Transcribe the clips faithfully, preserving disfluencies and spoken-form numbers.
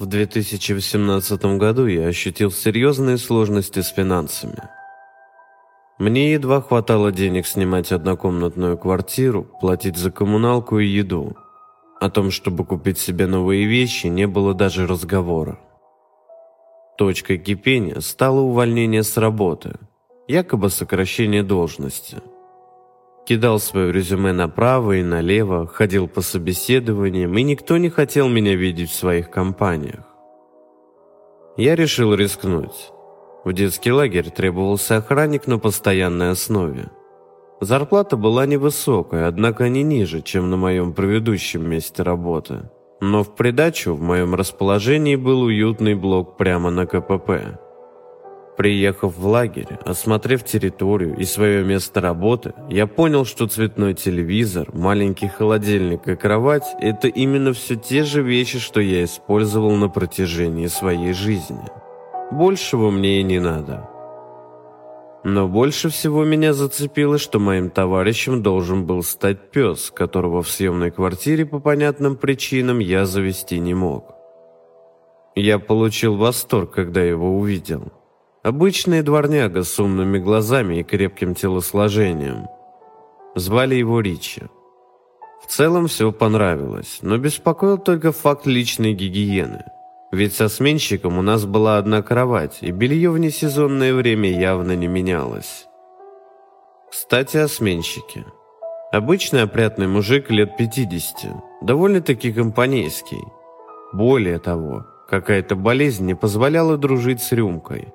В две тысячи восемнадцатом году я ощутил серьезные сложности с финансами. Мне едва хватало денег снимать однокомнатную квартиру, платить за коммуналку и еду. О том, чтобы купить себе новые вещи, не было даже разговора. Точкой кипения стало увольнение с работы, якобы сокращение должности. Кидал свое резюме направо и налево, ходил по собеседованиям, и никто не хотел меня видеть в своих компаниях. Я решил рискнуть. В детский лагерь требовался охранник на постоянной основе. Зарплата была невысокая, однако не ниже, чем на моем предыдущем месте работы. Но в придачу в моем расположении был уютный блок прямо на ка пэ пэ. Приехав в лагерь, осмотрев территорию и свое место работы, я понял, что цветной телевизор, маленький холодильник и кровать – это именно все те же вещи, что я использовал на протяжении своей жизни. Большего мне и не надо. Но больше всего меня зацепило, что моим товарищем должен был стать пес, которого в съемной квартире по понятным причинам я завести не мог. Я получил восторг, когда его увидел. Обычный дворняга с умными глазами и крепким телосложением. Звали его Ричи. В целом все понравилось, но беспокоил только факт личной гигиены. Ведь со сменщиком у нас была одна кровать, и белье в несезонное время явно не менялось. Кстати, о сменщике. Обычный опрятный мужик лет пятидесяти, довольно-таки компанейский. Более того, какая-то болезнь не позволяла дружить с рюмкой.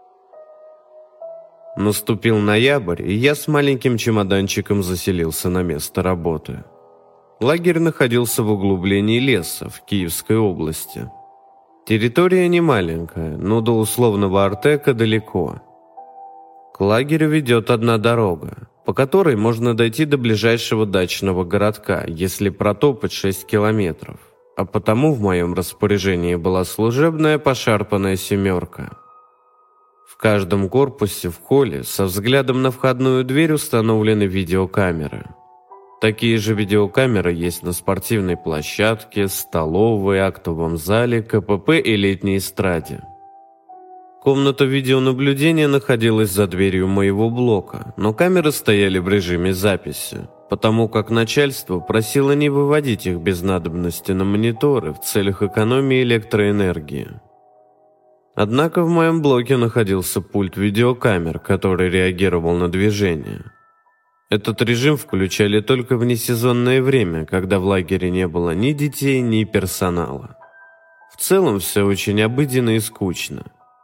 Наступил ноябрь, и я с маленьким чемоданчиком заселился на место работы. Лагерь находился в углублении леса в Киевской области. Территория не маленькая, но до условного Артека далеко. К лагерю ведет одна дорога, по которой можно дойти до ближайшего дачного городка, если протопать шесть километров. А потому в моем распоряжении была служебная пошарпанная семерка. В каждом корпусе в холле со взглядом на входную дверь установлены видеокамеры. Такие же видеокамеры есть на спортивной площадке, столовой, актовом зале, ка пэ пэ и летней эстраде. Комната видеонаблюдения находилась за дверью моего блока, но камеры стояли в режиме записи, потому как начальство просило не выводить их без надобности на мониторы в целях экономии электроэнергии. Однако в моем блоке находился пульт видеокамер, который реагировал на движение. Этот режим включали только в несезонное время, когда в лагере не было ни детей, ни персонала. В целом все очень обыденно и скучно.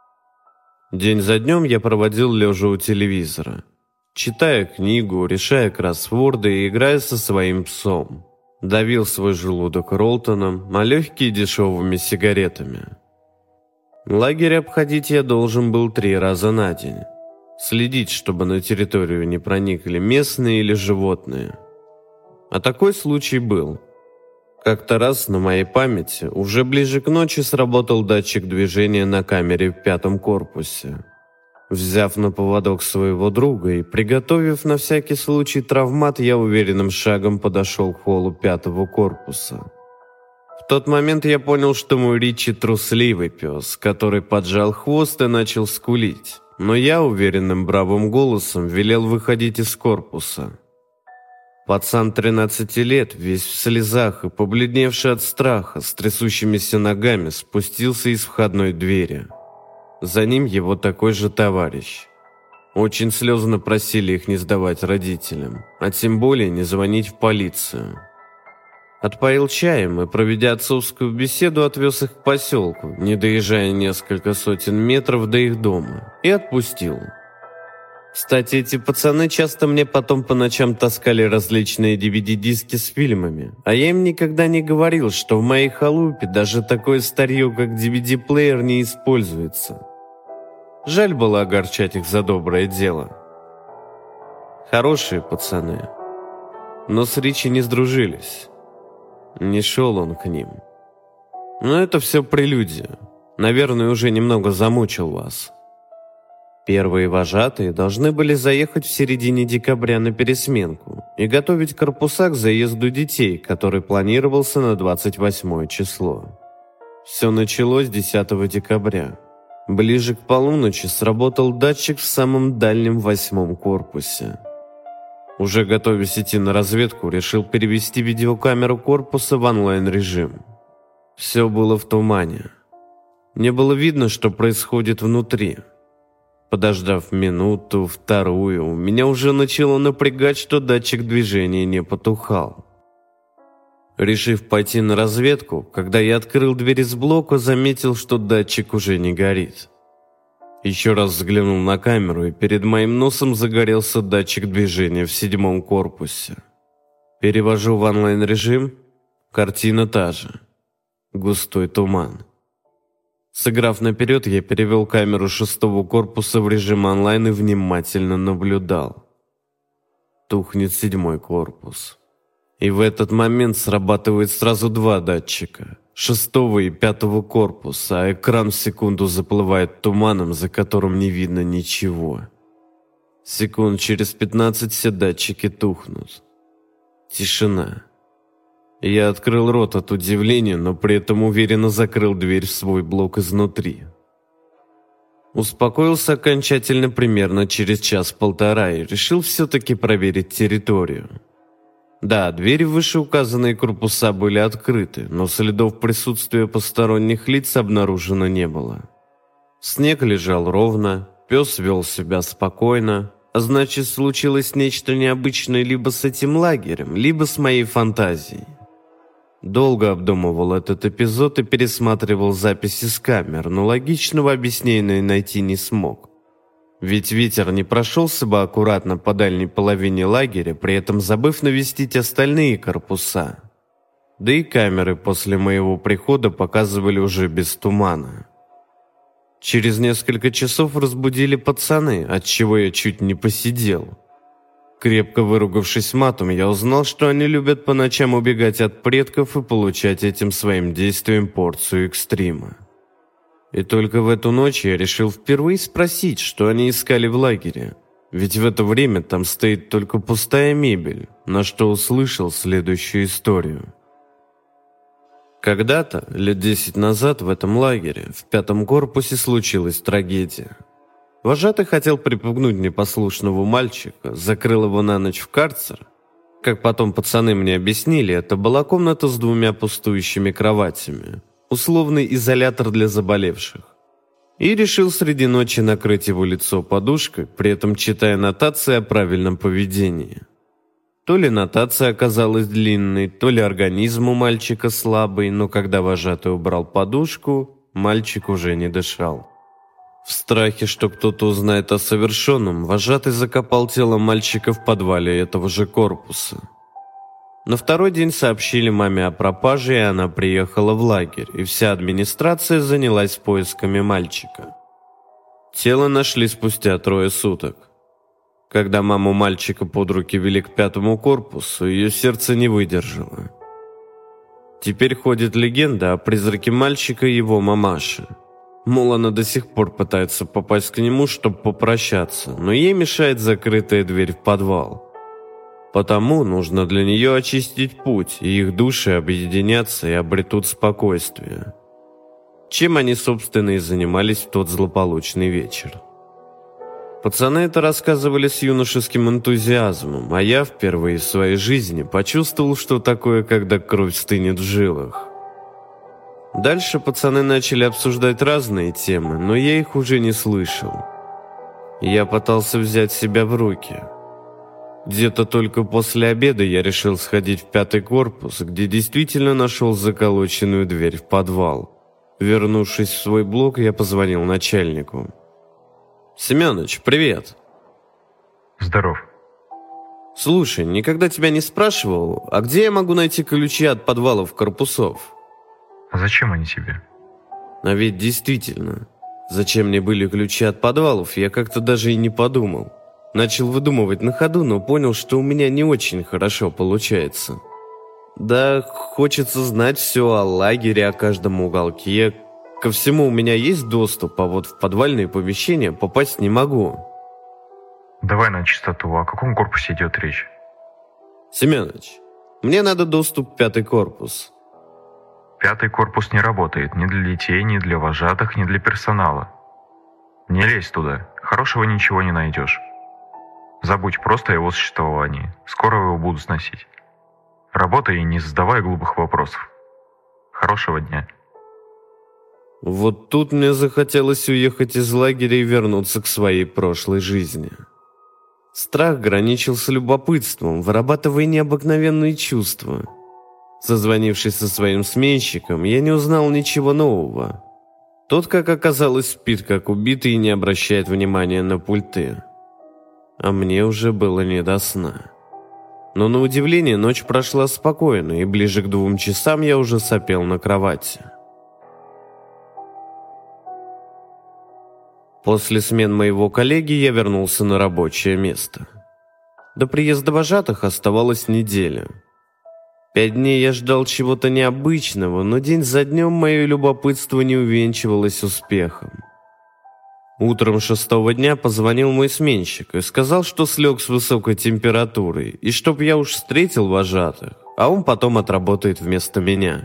День за днем я проводил лежа у телевизора, читая книгу, решая кроссворды и играя со своим псом. Давил свой желудок Ролтоном, а легкие дешевыми сигаретами. Лагерь обходить я должен был три раза на день. Следить, чтобы на территорию не проникли местные или животные. А такой случай был. Как-то раз на моей памяти уже ближе к ночи сработал датчик движения на камере в пятом корпусе. Взяв на поводок своего друга и приготовив на всякий случай травмат, я уверенным шагом подошел к холлу пятого корпуса. В тот момент я понял, что мой Ричи трусливый пес, который поджал хвост и начал скулить. Но я уверенным бравым голосом велел выходить из корпуса. Пацан тринадцати лет, весь в слезах и побледневший от страха, с трясущимися ногами спустился из входной двери. За ним его такой же товарищ. Очень слезно просили их не сдавать родителям, а тем более не звонить в полицию. Отпоил чаем и, проведя отцовскую беседу, отвез их к поселку, не доезжая несколько сотен метров до их дома, и отпустил. Кстати, эти пацаны часто мне потом по ночам таскали различные ди ви ди-диски с фильмами, а я им никогда не говорил, что в моей халупе даже такое старье, как ди ви ди-плеер, не используется. Жаль было огорчать их за доброе дело. Хорошие пацаны, но с Ричи не сдружились. Не шел он к ним. Но это все прелюдия. Наверное, уже немного замучил вас. Первые вожатые должны были заехать в середине декабря на пересменку и готовить корпуса к заезду детей, который планировался на двадцать восьмое число. Все началось десятого декабря. Ближе к полуночи сработал датчик в самом дальнем восьмом корпусе. Уже готовясь идти на разведку, решил перевести видеокамеру корпуса в онлайн-режим. Все было в тумане. Не было видно, что происходит внутри. Подождав минуту, вторую, меня уже начало напрягать, что датчик движения не потухал. Решив пойти на разведку, когда я открыл дверь из блока, заметил, что датчик уже не горит. Еще раз взглянул на камеру, и перед моим носом загорелся датчик движения в седьмом корпусе. Перевожу в онлайн-режим, картина та же. Густой туман. Сыграв наперед, я перевел камеру шестого корпуса в режим онлайн и внимательно наблюдал. Тухнет седьмой корпус. И в этот момент срабатывает сразу два датчика, шестого и пятого корпуса, а экран в секунду заплывает туманом, за которым не видно ничего. Секунд через пятнадцать все датчики тухнут. Тишина. Я открыл рот от удивления, но при этом уверенно закрыл дверь в свой блок изнутри. Успокоился окончательно примерно через час-полтора и решил все-таки проверить территорию. Да, двери в вышеуказанные корпуса были открыты, но следов присутствия посторонних лиц обнаружено не было. Снег лежал ровно, пес вел себя спокойно, а значит, случилось нечто необычное либо с этим лагерем, либо с моей фантазией. Долго обдумывал этот эпизод и пересматривал записи с камер, но логичного объяснения найти не смог. Ведь ветер не прошелся бы аккуратно по дальней половине лагеря, при этом забыв навестить остальные корпуса. Да и камеры после моего прихода показывали уже без тумана. Через несколько часов разбудили пацаны, отчего я чуть не посидел. Крепко выругавшись матом, я узнал, что они любят по ночам убегать от предков и получать этим своим действием порцию экстрима. И только в эту ночь я решил впервые спросить, что они искали в лагере. Ведь в это время там стоит только пустая мебель, на что услышал следующую историю. Когда-то, лет десять назад, в этом лагере, в пятом корпусе, случилась трагедия. Вожатый хотел припугнуть непослушного мальчика, закрыл его на ночь в карцер. Как потом пацаны мне объяснили, это была комната с двумя пустующими кроватями, условный изолятор для заболевших. И решил среди ночи накрыть его лицо подушкой, при этом читая нотации о правильном поведении. То ли нотация оказалась длинной, то ли организм у мальчика слабый, но когда вожатый убрал подушку, мальчик уже не дышал. В страхе, что кто-то узнает о совершенном, вожатый закопал тело мальчика в подвале этого же корпуса. На второй день сообщили маме о пропаже, и она приехала в лагерь, и вся администрация занялась поисками мальчика. Тело нашли спустя трое суток. Когда маму мальчика под руки вели к пятому корпусу, ее сердце не выдержало. Теперь ходит легенда о призраке мальчика и его мамаши. Мол, она до сих пор пытается попасть к нему, чтобы попрощаться, но ей мешает закрытая дверь в подвал. Потому нужно для нее очистить путь, и их души объединятся и обретут спокойствие. Чем они, собственно, и занимались в тот злополучный вечер. Пацаны это рассказывали с юношеским энтузиазмом, а я впервые в своей жизни почувствовал, что такое, когда кровь стынет в жилах. Дальше пацаны начали обсуждать разные темы, но я их уже не слышал. Я пытался взять себя в руки. Где-то только после обеда я решил сходить в пятый корпус, где действительно нашел заколоченную дверь в подвал. Вернувшись в свой блок, я позвонил начальнику. «Семёныч, привет!» «Здоров!» «Слушай, никогда тебя не спрашивал, а где я могу найти ключи от подвалов корпусов?» «А зачем они тебе?» А ведь действительно, зачем мне были ключи от подвалов, я как-то даже и не подумал. Начал выдумывать на ходу, но понял, что у меня не очень хорошо получается. Да, хочется знать все о лагере, о каждом уголке. Ко всему у меня есть доступ, а вот в подвальные помещения попасть не могу. Давай на чистоту, о каком корпусе идет речь? Семёныч, мне надо доступ в пятый корпус. Пятый корпус не работает ни для детей, ни для вожатых, ни для персонала. Не лезь туда, хорошего ничего не найдешь. Забудь просто о его существовании, скоро его будут сносить. Работай и не задавай глупых вопросов. Хорошего дня. Вот тут мне захотелось уехать из лагеря и вернуться к своей прошлой жизни. Страх граничил с любопытством, вырабатывая необыкновенные чувства. Созвонившись со своим сменщиком, я не узнал ничего нового. Тот, как оказалось, спит как убитый и не обращает внимания на пульты. А мне уже было не до сна. Но на удивление ночь прошла спокойно, и ближе к двум часам я уже сопел на кровати. После смен моего коллеги я вернулся на рабочее место. До приезда вожатых оставалась неделя. Пять дней я ждал чего-то необычного, но день за днем мое любопытство не увенчивалось успехом. Утром шестого дня позвонил мой сменщик и сказал, что слег с высокой температурой, и чтоб я уж встретил вожатых, а он потом отработает вместо меня.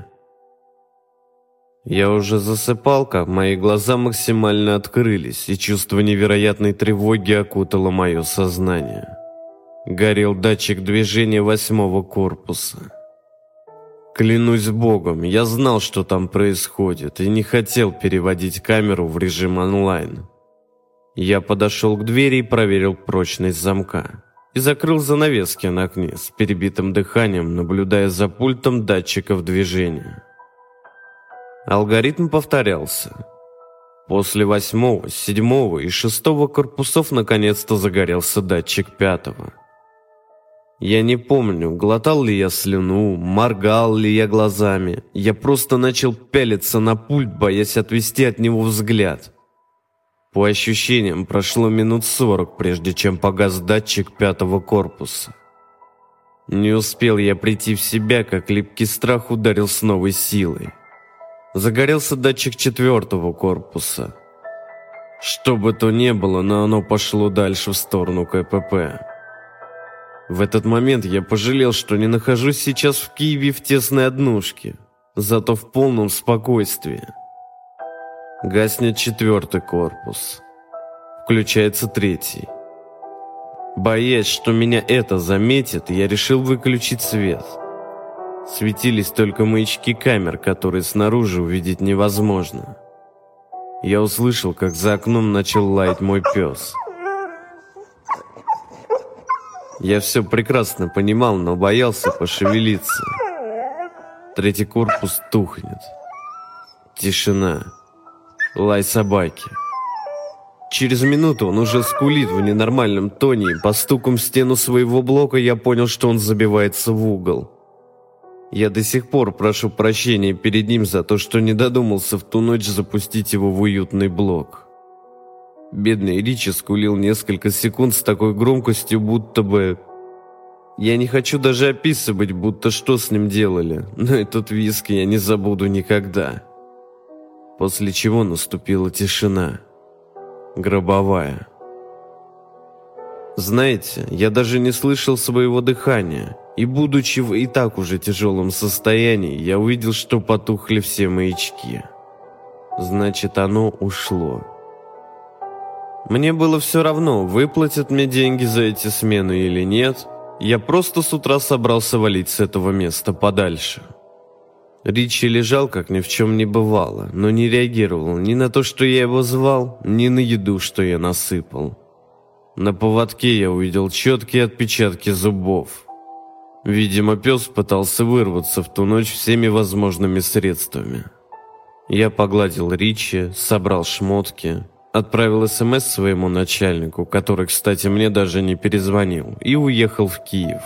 Я уже засыпал, как мои глаза максимально открылись, и чувство невероятной тревоги окутало мое сознание. Горел датчик движения восьмого корпуса. Клянусь Богом, я знал, что там происходит, и не хотел переводить камеру в режим онлайн. Я подошел к двери и проверил прочность замка. И закрыл занавески на окне с перебитым дыханием, наблюдая за пультом датчиков движения. Алгоритм повторялся. После восьмого, седьмого и шестого корпусов наконец-то загорелся датчик пятого. Я не помню, глотал ли я слюну, моргал ли я глазами. Я просто начал пялиться на пульт, боясь отвести от него взгляд. По ощущениям, прошло минут сорок, прежде чем погас датчик пятого корпуса. Не успел я прийти в себя, как липкий страх ударил с новой силой. Загорелся датчик четвертого корпуса. Что бы то ни было, но оно пошло дальше в сторону ка пэ пэ. В этот момент я пожалел, что не нахожусь сейчас в Киеве в тесной однушке, зато в полном спокойствии. Гаснет четвертый корпус. Включается третий. Боясь, что меня это заметит, я решил выключить свет. Светились только маячки камер, которые снаружи увидеть невозможно. Я услышал, как за окном начал лаять мой пес. Я все прекрасно понимал, но боялся пошевелиться. Третий корпус тухнет. Тишина. Лай собаки. Через минуту он уже скулит в ненормальном тоне, и по стуку в стену своего блока я понял, что он забивается в угол. Я до сих пор прошу прощения перед ним за то, что не додумался в ту ночь запустить его в уютный блок. Бедный Ричи скулил несколько секунд с такой громкостью, будто бы... Я не хочу даже описывать, будто что с ним делали, но этот визг я не забуду никогда. После чего наступила тишина. Гробовая. Знаете, я даже не слышал своего дыхания, и, будучи в и так уже тяжелом состоянии, я увидел, что потухли все маячки. Значит, оно ушло. Мне было все равно, выплатят мне деньги за эти смены или нет. Я просто с утра собрался валить с этого места подальше. Ричи лежал, как ни в чем не бывало, но не реагировал ни на то, что я его звал, ни на еду, что я насыпал. На поводке я увидел четкие отпечатки зубов. Видимо, пес пытался вырваться в ту ночь всеми возможными средствами. Я погладил Ричи, собрал шмотки, отправил смс своему начальнику, который, кстати, мне даже не перезвонил, и уехал в Киев.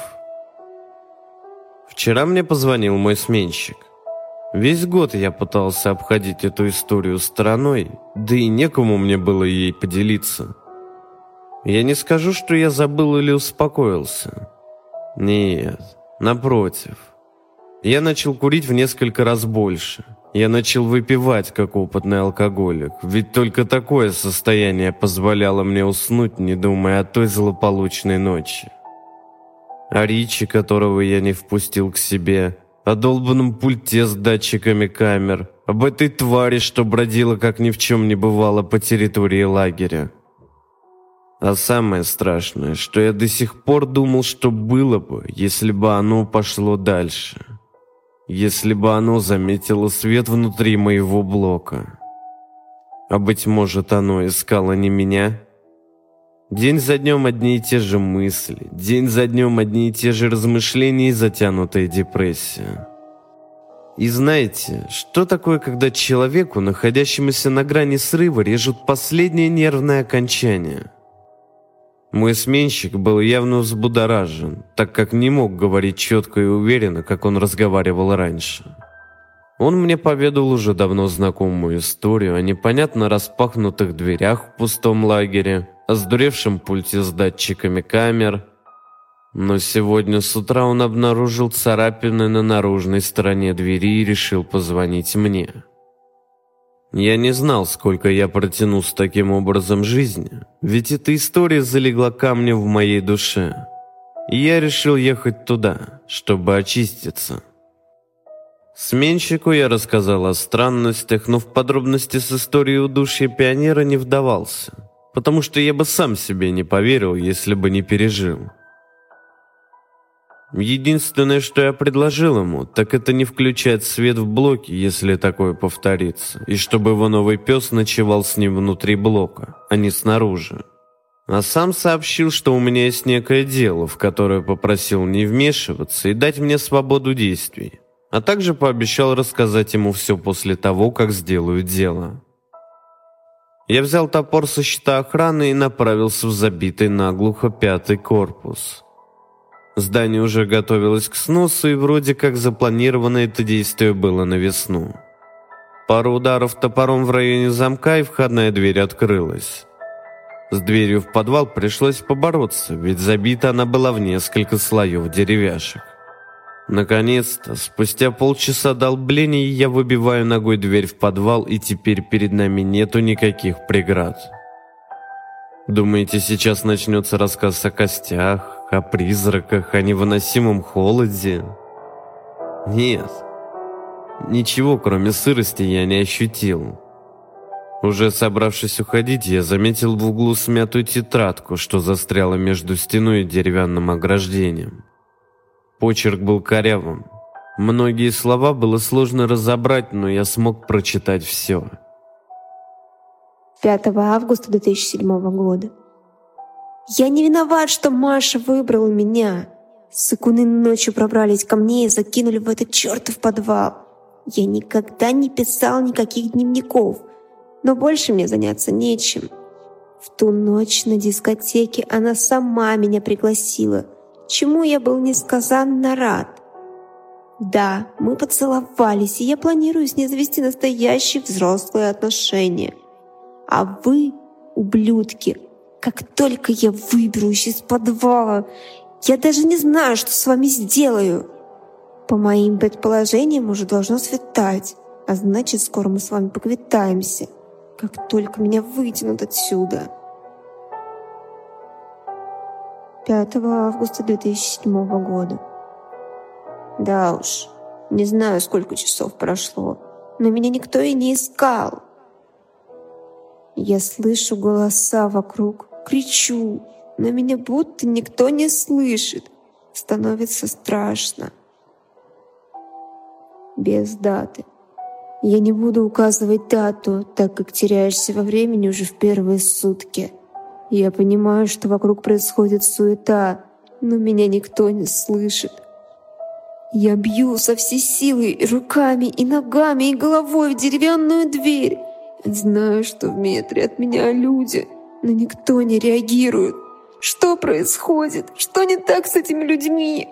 Вчера мне позвонил мой сменщик. Весь год я пытался обходить эту историю стороной, да и некому мне было ей поделиться. Я не скажу, что я забыл или успокоился. Нет, напротив. Я начал курить в несколько раз больше. Я начал выпивать, как опытный алкоголик, ведь только такое состояние позволяло мне уснуть, не думая о той злополучной ночи. А Ричи, которого я не впустил к себе, о долбанном пульте с датчиками камер, об этой твари, что бродила, как ни в чем не бывало, по территории лагеря. А самое страшное, что я до сих пор думал, что было бы, если бы оно пошло дальше. Если бы оно заметило свет внутри моего блока. А быть может, оно искало не меня? День за днем одни и те же мысли, день за днем одни и те же размышления и затянутая депрессия. И знаете, что такое, когда человеку, находящемуся на грани срыва, режут последнее нервное окончание? Мой сменщик был явно взбудоражен, так как не мог говорить четко и уверенно, как он разговаривал раньше. Он мне поведал уже давно знакомую историю о непонятно распахнутых дверях в пустом лагере, о сдуревшем пульте с датчиками камер. Но сегодня с утра он обнаружил царапины на наружной стороне двери и решил позвонить мне. Я не знал, сколько я протяну с таким образом жизни, ведь эта история залегла камнем в моей душе. И я решил ехать туда, чтобы очиститься. Сменщику я рассказал о странностях, но в подробности с историей удушья пионера не вдавался, потому что я бы сам себе не поверил, если бы не пережил. Единственное, что я предложил ему, так это не включать свет в блоке, если такое повторится, и чтобы его новый пес ночевал с ним внутри блока, а не снаружи. А сам сообщил, что у меня есть некое дело, в которое попросил не вмешиваться и дать мне свободу действий, а также пообещал рассказать ему все после того, как сделаю дело. Я взял топор со щита охраны и направился в забитый наглухо пятый корпус. Здание уже готовилось к сносу, и вроде как запланировано это действие было на весну. Пару ударов топором в районе замка, и входная дверь открылась. С дверью в подвал пришлось побороться, ведь забита она была в несколько слоев деревяшек. Наконец-то, спустя полчаса долблений, я выбиваю ногой дверь в подвал, и теперь перед нами нету никаких преград. Думаете, сейчас начнется рассказ о костях, о призраках, о невыносимом холоде? Нет. Ничего, кроме сырости, я не ощутил. Уже собравшись уходить, я заметил в углу смятую тетрадку, что застряла между стеной и деревянным ограждением. Почерк был корявым. Многие слова было сложно разобрать, но я смог прочитать все. пятого августа две тысячи седьмого года. Я не виноват, что Маша выбрала меня. Сыкуны ночью пробрались ко мне и закинули в этот чертов подвал. Я никогда не писал никаких дневников, но больше мне заняться нечем. В ту ночь на дискотеке она сама меня пригласила, чему я был несказанно рад. Да, мы поцеловались, и я планирую с ней завести настоящие взрослые отношения. А вы, ублюдки, как только я выберусь из подвала, я даже не знаю, что с вами сделаю. По моим предположениям, уже должно светать, а значит, скоро мы с вами поквитаемся, как только меня вытянут отсюда. пятого августа две тысячи седьмого года. Да уж, не знаю, сколько часов прошло, но меня никто и не искал. Я слышу голоса вокруг, кричу, но меня будто никто не слышит. Становится страшно. Без даты. Я не буду указывать дату, так как теряешься во времени уже в первые сутки. Я понимаю, что вокруг происходит суета, но меня никто не слышит. Я бью со всей силы и руками, и ногами, и головой в деревянную дверь. Знаю, что в метре от меня люди, но никто не реагирует. Что происходит? Что не так с этими людьми?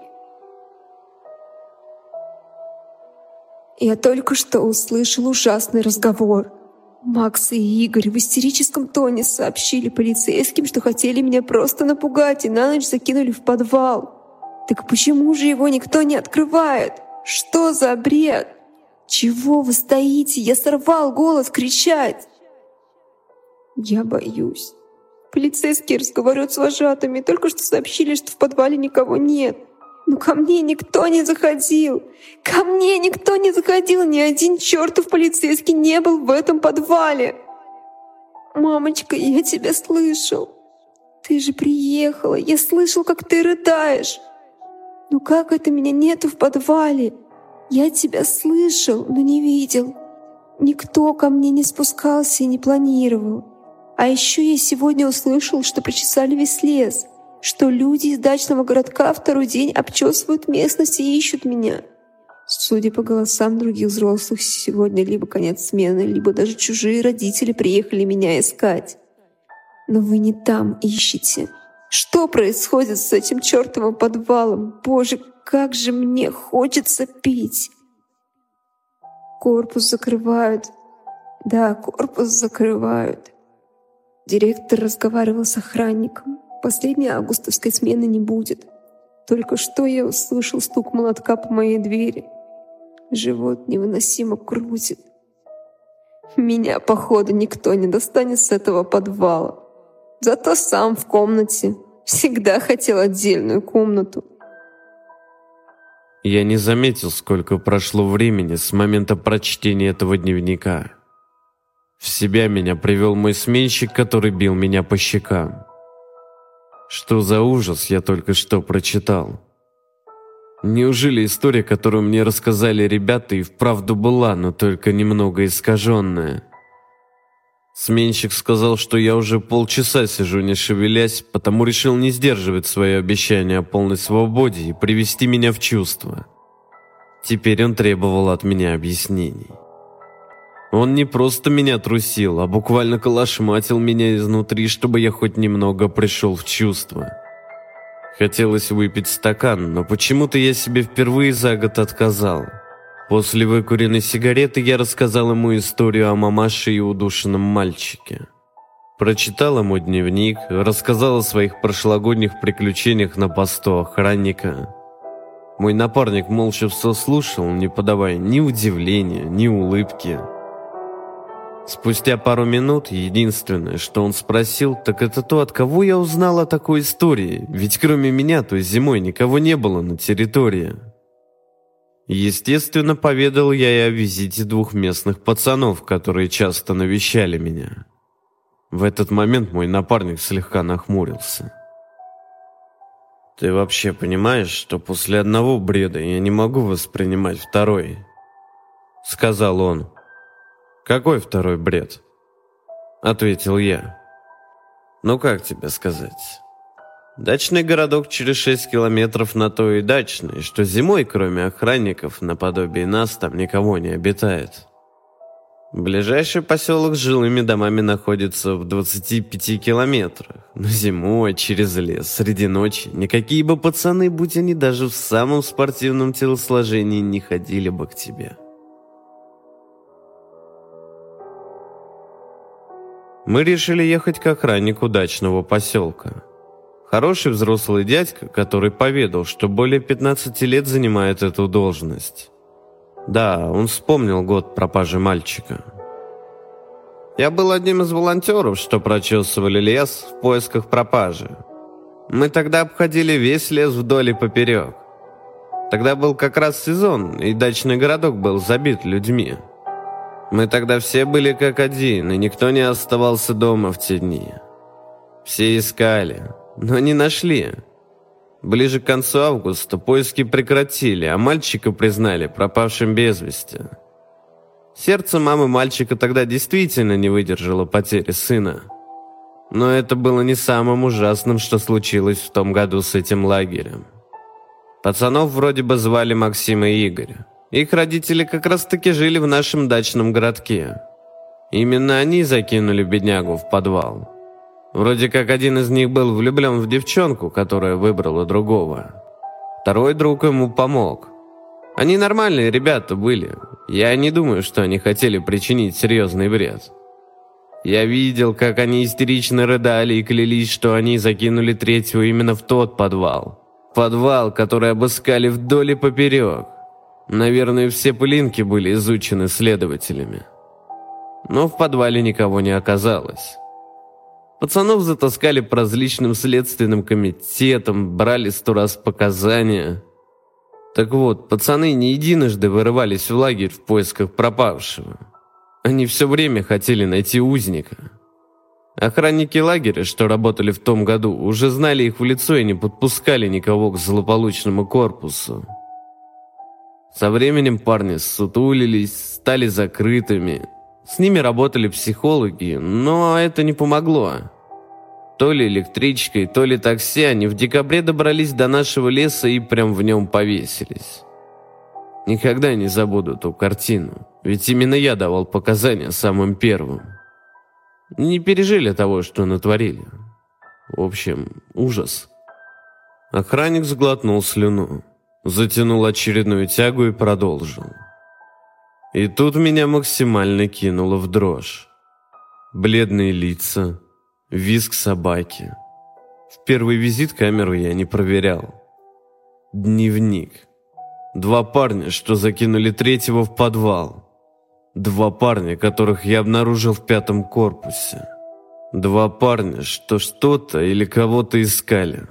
Я только что услышал ужасный разговор. Макс и Игорь в истерическом тоне сообщили полицейским, что хотели меня просто напугать и на ночь закинули в подвал. Так почему же его никто не открывает? Что за бред? Чего вы стоите? Я сорвал голос кричать. Я боюсь. Полицейские разговаривают с вожатыми, только что сообщили, что в подвале никого нет. Но ко мне никто не заходил. Ко мне никто не заходил. Ни один чертов полицейский не был в этом подвале. Мамочка, я тебя слышал. Ты же приехала. Я слышал, как ты рыдаешь. Ну как это меня нету в подвале? Я тебя слышал, но не видел. Никто ко мне не спускался и не планировал. А еще я сегодня услышал, что прочесали весь лес, что люди из дачного городка второй день обчесывают местность и ищут меня. Судя по голосам других взрослых, сегодня либо конец смены, либо даже чужие родители приехали меня искать. Но вы не там ищете. Что происходит с этим чертовым подвалом? Боже, как же мне хочется пить! Корпус закрывают. Да, корпус закрывают. Директор разговаривал с охранником. Последней августовской смены не будет. Только что я услышал стук молотка по моей двери. Живот невыносимо крутит. Меня, походу, никто не достанет с этого подвала. Зато сам в комнате. Всегда хотел отдельную комнату. Я не заметил, сколько прошло времени с момента прочтения этого дневника. В себя меня привел мой сменщик, который бил меня по щекам. Что за ужас я только что прочитал? Неужели история, которую мне рассказали ребята, и вправду была, но только немного искаженная? Сменщик сказал, что я уже полчаса сижу не шевелясь, потому решил не сдерживать свое обещание о полной свободе и привести меня в чувство. Теперь он требовал от меня объяснений. Он не просто меня трусил, а буквально колошматил меня изнутри, чтобы я хоть немного пришел в чувство. Хотелось выпить стакан, но почему-то я себе впервые за год отказал. После выкуренной сигареты я рассказал ему историю о мамаше и удушенном мальчике. Прочитал ему дневник, рассказал о своих прошлогодних приключениях на посту охранника. Мой напарник молча все слушал, не подавая ни удивления, ни улыбки. Спустя пару минут единственное, что он спросил, так это то, от кого я узнал о такой истории, ведь кроме меня той зимой никого не было на территории. Естественно, поведал я и о визите двух местных пацанов, которые часто навещали меня. В этот момент мой напарник слегка нахмурился. «Ты вообще понимаешь, что после одного бреда я не могу воспринимать второй?» — сказал он. «Какой второй бред?» — ответил я. «Ну как тебе сказать? Дачный городок через шесть километров на то и дачный, что зимой, кроме охранников, наподобие нас, там никого не обитает. Ближайший поселок с жилыми домами находится в двадцати пяти километрах, но зимой через лес среди ночи никакие бы пацаны, будь они даже в самом спортивном телосложении, не ходили бы к тебе». Мы решили ехать к охраннику дачного поселка. Хороший взрослый дядька, который поведал, что более пятнадцати лет занимает эту должность. Да, он вспомнил год пропажи мальчика. Я был одним из волонтеров, что прочесывали лес в поисках пропажи. Мы тогда обходили весь лес вдоль и поперек. Тогда был как раз сезон, и дачный городок был забит людьми. Мы тогда все были как один, и никто не оставался дома в те дни. Все искали, но не нашли. Ближе к концу августа поиски прекратили, а мальчика признали пропавшим без вести. Сердце мамы мальчика тогда действительно не выдержало потери сына. Но это было не самым ужасным, что случилось в том году с этим лагерем. Пацанов вроде бы звали Максим и Игорь. Их родители как раз-таки жили в нашем дачном городке. Именно они закинули беднягу в подвал. Вроде как один из них был влюблен в девчонку, которая выбрала другого. Второй друг ему помог. Они нормальные ребята были. Я не думаю, что они хотели причинить серьезный вред. Я видел, как они истерично рыдали и клялись, что они закинули третьего именно в тот подвал. Подвал, который обыскали вдоль и поперек. Наверное, все пылинки были изучены следователями. Но в подвале никого не оказалось. Пацанов затаскали по различным следственным комитетам, брали сто раз показания. Так вот, пацаны не единожды вырывались в лагерь в поисках пропавшего. Они все время хотели найти узника. Охранники лагеря, что работали в том году, уже знали их в лицо и не подпускали никого к злополучному корпусу. Со временем парни ссутулились, стали закрытыми. С ними работали психологи, но это не помогло. То ли электричкой, то ли такси они в декабре добрались до нашего леса и прям в нем повесились. Никогда не забуду ту картину, ведь именно я давал показания самым первым. Не пережили того, что натворили. В общем, ужас. Охранник сглотнул слюну, затянул очередную тягу и продолжил. И тут меня максимально кинуло в дрожь. Бледные лица, визг собаки. В первый визит камеру я не проверял. Дневник. Два парня, что закинули третьего в подвал. Два парня, которых я обнаружил в пятом корпусе. Два парня, что что-то или кого-то искали.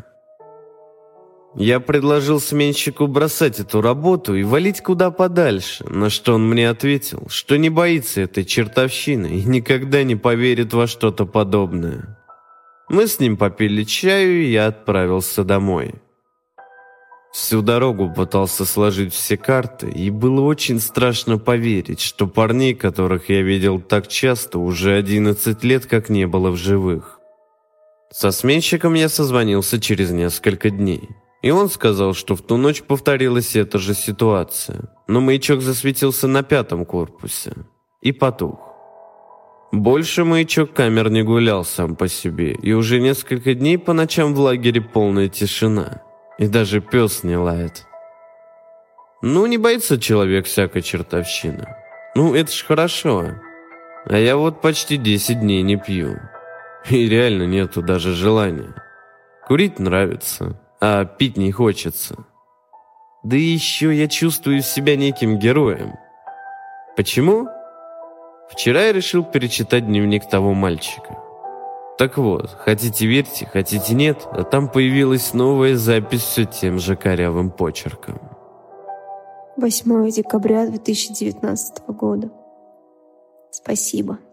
Я предложил сменщику бросать эту работу и валить куда подальше, на что он мне ответил, что не боится этой чертовщины и никогда не поверит во что-то подобное. Мы с ним попили чаю, и я отправился домой. Всю дорогу пытался сложить все карты, и было очень страшно поверить, что парней, которых я видел так часто, уже одиннадцать лет как не было в живых. Со сменщиком я созвонился через несколько дней, и он сказал, что в ту ночь повторилась эта же ситуация, но маячок засветился на пятом корпусе и потух. Больше маячок камер не гулял сам по себе, и уже несколько дней по ночам в лагере полная тишина. И даже пес не лает. Ну, не боится человек всякой чертовщины. Ну, это ж хорошо. А я вот почти десять дней не пью. И реально нету даже желания. Курить нравится, а пить не хочется. Да и еще я чувствую себя неким героем. Почему? Вчера я решил перечитать дневник того мальчика. Так вот, хотите верьте, хотите нет, а там появилась новая запись все тем же корявым почерком. восьмое декабря две тысячи девятнадцатого года. Спасибо.